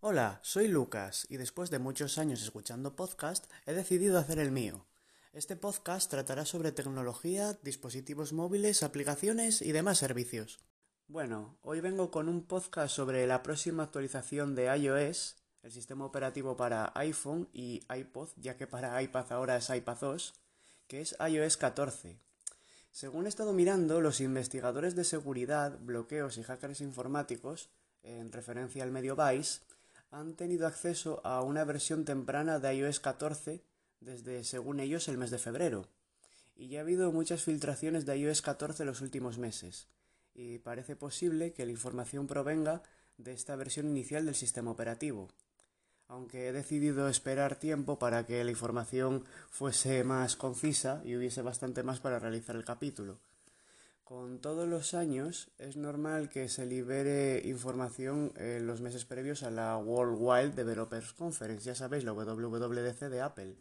Hola, soy Lucas y después de muchos años escuchando podcast he decidido hacer el mío. Este podcast tratará sobre tecnología, dispositivos móviles, aplicaciones y demás servicios. Bueno, hoy vengo con un podcast sobre la próxima actualización de iOS, el sistema operativo para iPhone y iPod, ya que para iPad ahora es iPadOS, que es iOS 14. Según he estado mirando, los investigadores de seguridad, bloqueos y hackers informáticos, en referencia al medio Vice, han tenido acceso a una versión temprana de iOS 14 desde, según ellos, el mes de febrero. Y ya ha habido muchas filtraciones de iOS 14 en los últimos meses, y parece posible que la información provenga de esta versión inicial del sistema operativo, aunque he decidido esperar tiempo para que la información fuese más concisa y hubiese bastante más para realizar el capítulo. Con todos los años es normal que se libere información en los meses previos a la Worldwide Developers Conference, ya sabéis, la WWDC de Apple,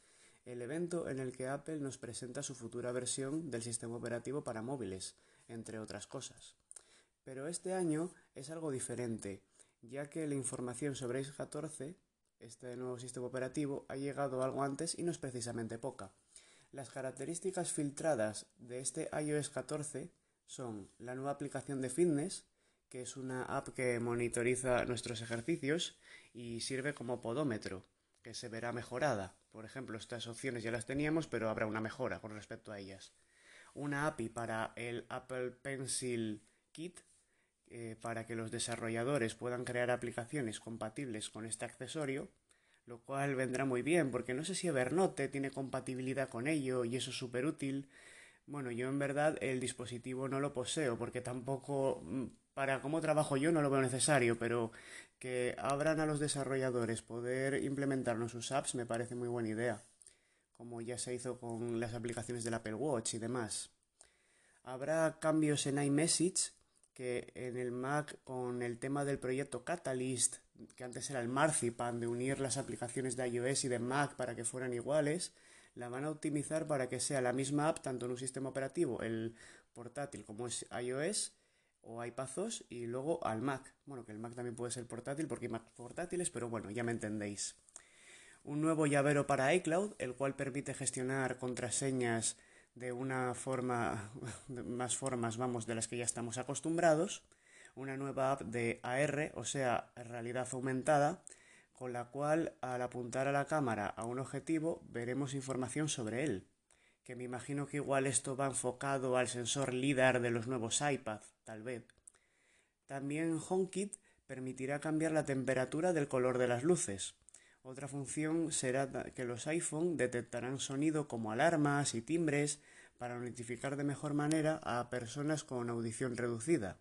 el evento en el que Apple nos presenta su futura versión del sistema operativo para móviles, entre otras cosas. Pero este año es algo diferente, ya que la información sobre iOS 14, este nuevo sistema operativo, ha llegado algo antes y no es precisamente poca. Las características filtradas de este iOS 14 son la nueva aplicación de fitness, que es una app que monitoriza nuestros ejercicios y sirve como podómetro, que se verá mejorada. Por ejemplo, estas opciones ya las teníamos, pero habrá una mejora con respecto a ellas. Una API para el Apple Pencil Kit, para que los desarrolladores puedan crear aplicaciones compatibles con este accesorio, lo cual vendrá muy bien, porque no sé si Evernote tiene compatibilidad con ello y eso es súper útil. Bueno, yo en verdad el dispositivo no lo poseo, porque tampoco, para cómo trabajo yo no lo veo necesario, pero que abran a los desarrolladores poder implementarnos sus apps me parece muy buena idea, como ya se hizo con las aplicaciones del Apple Watch y demás. Habrá cambios en iMessage, que en el Mac con el tema del proyecto Catalyst, que antes era el Marzipan, de unir las aplicaciones de iOS y de Mac para que fueran iguales, la van a optimizar para que sea la misma app tanto en un sistema operativo, el portátil como es iOS o iPadOS, y luego al Mac. Bueno, que el Mac también puede ser portátil porque hay Mac portátiles, pero bueno, ya me entendéis. Un nuevo llavero para iCloud, el cual permite gestionar contraseñas de una forma, más formas, vamos, de las que ya estamos acostumbrados. Una nueva app de AR, o sea, realidad aumentada, con la cual al apuntar a la cámara a un objetivo veremos información sobre él. Que me imagino que igual esto va enfocado al sensor LiDAR de los nuevos iPad, tal vez. También HomeKit permitirá cambiar la temperatura del color de las luces. Otra función será que los iPhone detectarán sonido como alarmas y timbres para notificar de mejor manera a personas con audición reducida.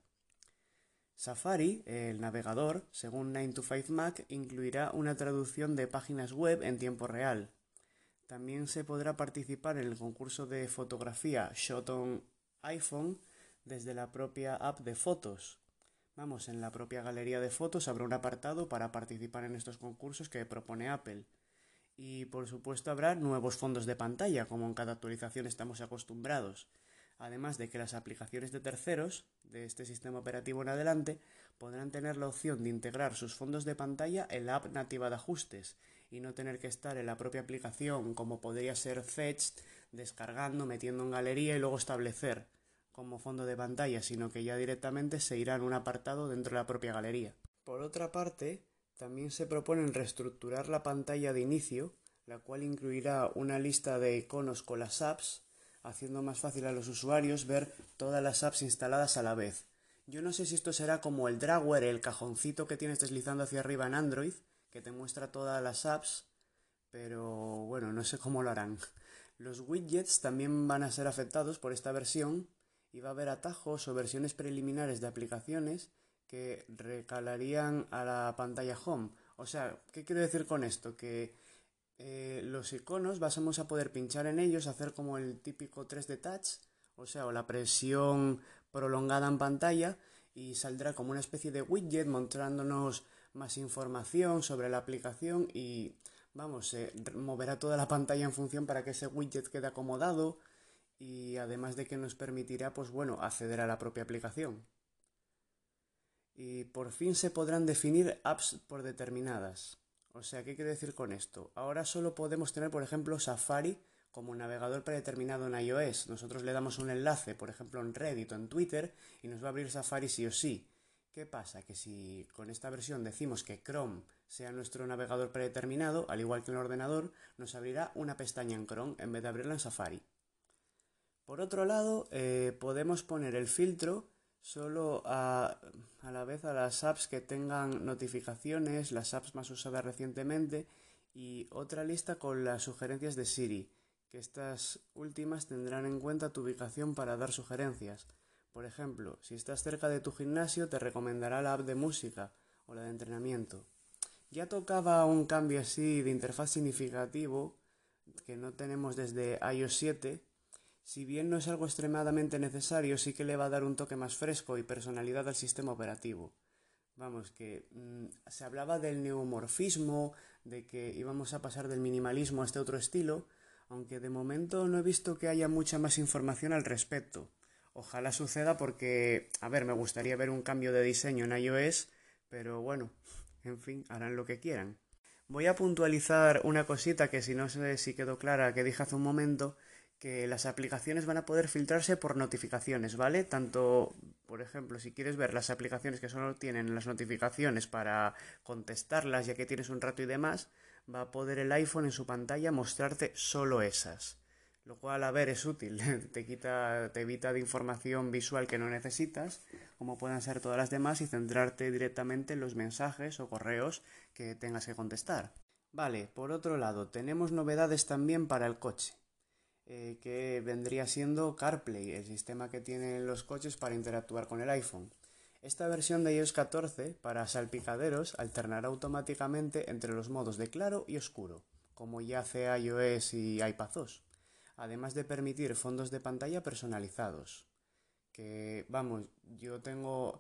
Safari, el navegador, según 9to5Mac, incluirá una traducción de páginas web en tiempo real. También se podrá participar en el concurso de fotografía Shot on iPhone desde la propia app de fotos. Vamos, en la propia galería de fotos habrá un apartado para participar en estos concursos que propone Apple. Y por supuesto habrá nuevos fondos de pantalla, como en cada actualización estamos acostumbrados. Además de que las aplicaciones de terceros, de este sistema operativo en adelante, podrán tener la opción de integrar sus fondos de pantalla en la app nativa de ajustes y no tener que estar en la propia aplicación, como podría ser Fetch, descargando, metiendo en galería y luego establecer como fondo de pantalla, sino que ya directamente se irá en un apartado dentro de la propia galería. Por otra parte, también se propone reestructurar la pantalla de inicio, la cual incluirá una lista de iconos con las apps, haciendo más fácil a los usuarios ver todas las apps instaladas a la vez. Yo no sé si esto será como el drawer, el cajoncito que tienes deslizando hacia arriba en Android, que te muestra todas las apps, pero bueno, no sé cómo lo harán. Los widgets también van a ser afectados por esta versión y va a haber atajos o versiones preliminares de aplicaciones que recalarían a la pantalla home. O sea, ¿qué quiero decir con esto? Que los iconos vamos a poder pinchar en ellos, hacer como el típico 3D Touch, o sea, o la presión prolongada en pantalla, y saldrá como una especie de widget mostrándonos más información sobre la aplicación y vamos, se moverá toda la pantalla en función para que ese widget quede acomodado y además de que nos permitirá, pues bueno, acceder a la propia aplicación. Y por fin se podrán definir apps por determinadas. O sea, ¿qué quiere decir con esto? Ahora solo podemos tener, por ejemplo, Safari como navegador predeterminado en iOS. Nosotros le damos un enlace, por ejemplo, en Reddit o en Twitter, y nos va a abrir Safari sí o sí. ¿Qué pasa? Que si con esta versión decimos que Chrome sea nuestro navegador predeterminado, al igual que en el ordenador, nos abrirá una pestaña en Chrome en vez de abrirla en Safari. Por otro lado, podemos poner el filtro solo a la vez a las apps que tengan notificaciones, las apps más usadas recientemente y otra lista con las sugerencias de Siri, que estas últimas tendrán en cuenta tu ubicación para dar sugerencias. Por ejemplo, si estás cerca de tu gimnasio te recomendará la app de música o la de entrenamiento. Ya tocaba un cambio así de interfaz significativo que no tenemos desde iOS 7. Si bien no es algo extremadamente necesario, sí que le va a dar un toque más fresco y personalidad al sistema operativo. Vamos, que se hablaba del neumorfismo, de que íbamos a pasar del minimalismo a este otro estilo, aunque de momento no he visto que haya mucha más información al respecto. Ojalá suceda porque, a ver, me gustaría ver un cambio de diseño en iOS, pero bueno, en fin, harán lo que quieran. Voy a puntualizar una cosita que si no sé si quedó clara que dije hace un momento, que las aplicaciones van a poder filtrarse por notificaciones, ¿vale? Tanto, por ejemplo, si quieres ver las aplicaciones que solo tienen las notificaciones para contestarlas ya que tienes un rato y demás, va a poder el iPhone en su pantalla mostrarte solo esas. Lo cual, a ver, es útil, te evita de información visual que no necesitas, como puedan ser todas las demás, y centrarte directamente en los mensajes o correos que tengas que contestar. Vale, por otro lado, tenemos novedades también para el coche, que vendría siendo CarPlay, el sistema que tienen los coches para interactuar con el iPhone. Esta versión de iOS 14 para salpicaderos alternará automáticamente entre los modos de claro y oscuro, como ya hace iOS y iPadOS, además de permitir fondos de pantalla personalizados. Que, vamos, yo tengo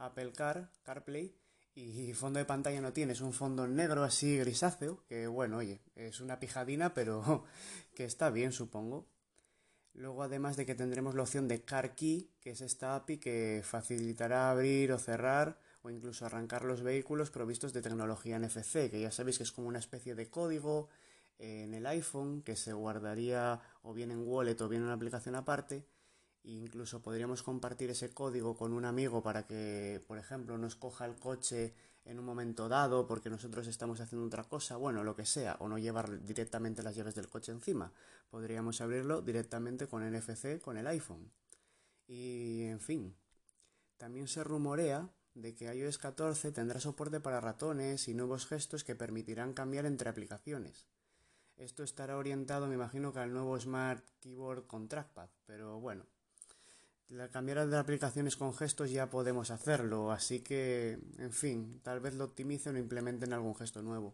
CarPlay, y fondo de pantalla no tienes, un fondo negro así grisáceo, que bueno, oye, es una pijadina, pero que está bien, supongo. Luego, además de que tendremos la opción de Car Key, que es esta API que facilitará abrir o cerrar o incluso arrancar los vehículos provistos de tecnología NFC, que ya sabéis que es como una especie de código en el iPhone que se guardaría o bien en Wallet o bien en una aplicación aparte. E incluso podríamos compartir ese código con un amigo para que, por ejemplo, nos coja el coche en un momento dado porque nosotros estamos haciendo otra cosa, bueno, lo que sea, o no llevar directamente las llaves del coche encima. Podríamos abrirlo directamente con NFC con el iPhone. Y, en fin, también se rumorea de que iOS 14 tendrá soporte para ratones y nuevos gestos que permitirán cambiar entre aplicaciones. Esto estará orientado, me imagino, que al nuevo Smart Keyboard con Trackpad, pero bueno, cambiar de aplicaciones con gestos ya podemos hacerlo, así que, en fin, tal vez lo optimicen o implementen algún gesto nuevo.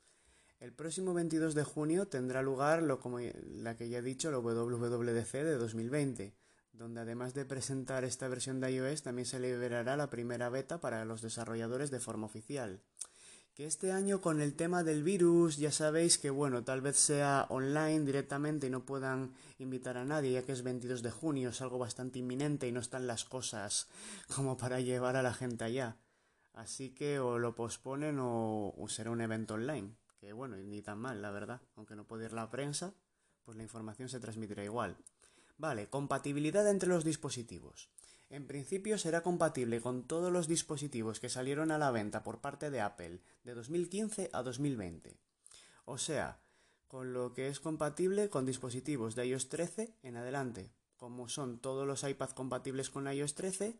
El próximo 22 de junio tendrá lugar como la que ya he dicho, la WWDC de 2020, donde además de presentar esta versión de iOS también se liberará la primera beta para los desarrolladores de forma oficial. Que este año con el tema del virus ya sabéis que bueno, tal vez sea online directamente y no puedan invitar a nadie ya que es 22 de junio, es algo bastante inminente y no están las cosas como para llevar a la gente allá. Así que o lo posponen o será un evento online, que bueno, ni tan mal la verdad, aunque no puede ir la prensa, pues la información se transmitirá igual. Vale, compatibilidad entre los dispositivos. En principio será compatible con todos los dispositivos que salieron a la venta por parte de Apple de 2015 a 2020. O sea, con lo que es compatible con dispositivos de iOS 13 en adelante, como son todos los iPad compatibles con iOS 13,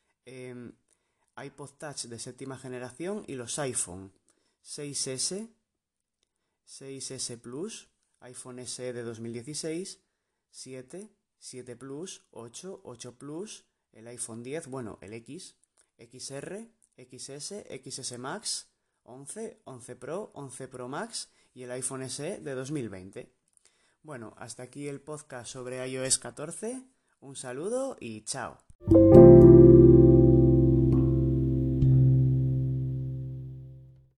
iPod Touch de séptima generación y los iPhone 6S, 6S Plus, iPhone SE de 2016, 7, 7 Plus, 8, 8 Plus, el iPhone 10, bueno, el X, XR, XS, XS Max, 11, 11 Pro, 11 Pro Max y el iPhone SE de 2020. Bueno, hasta aquí el podcast sobre iOS 14. Un saludo y chao.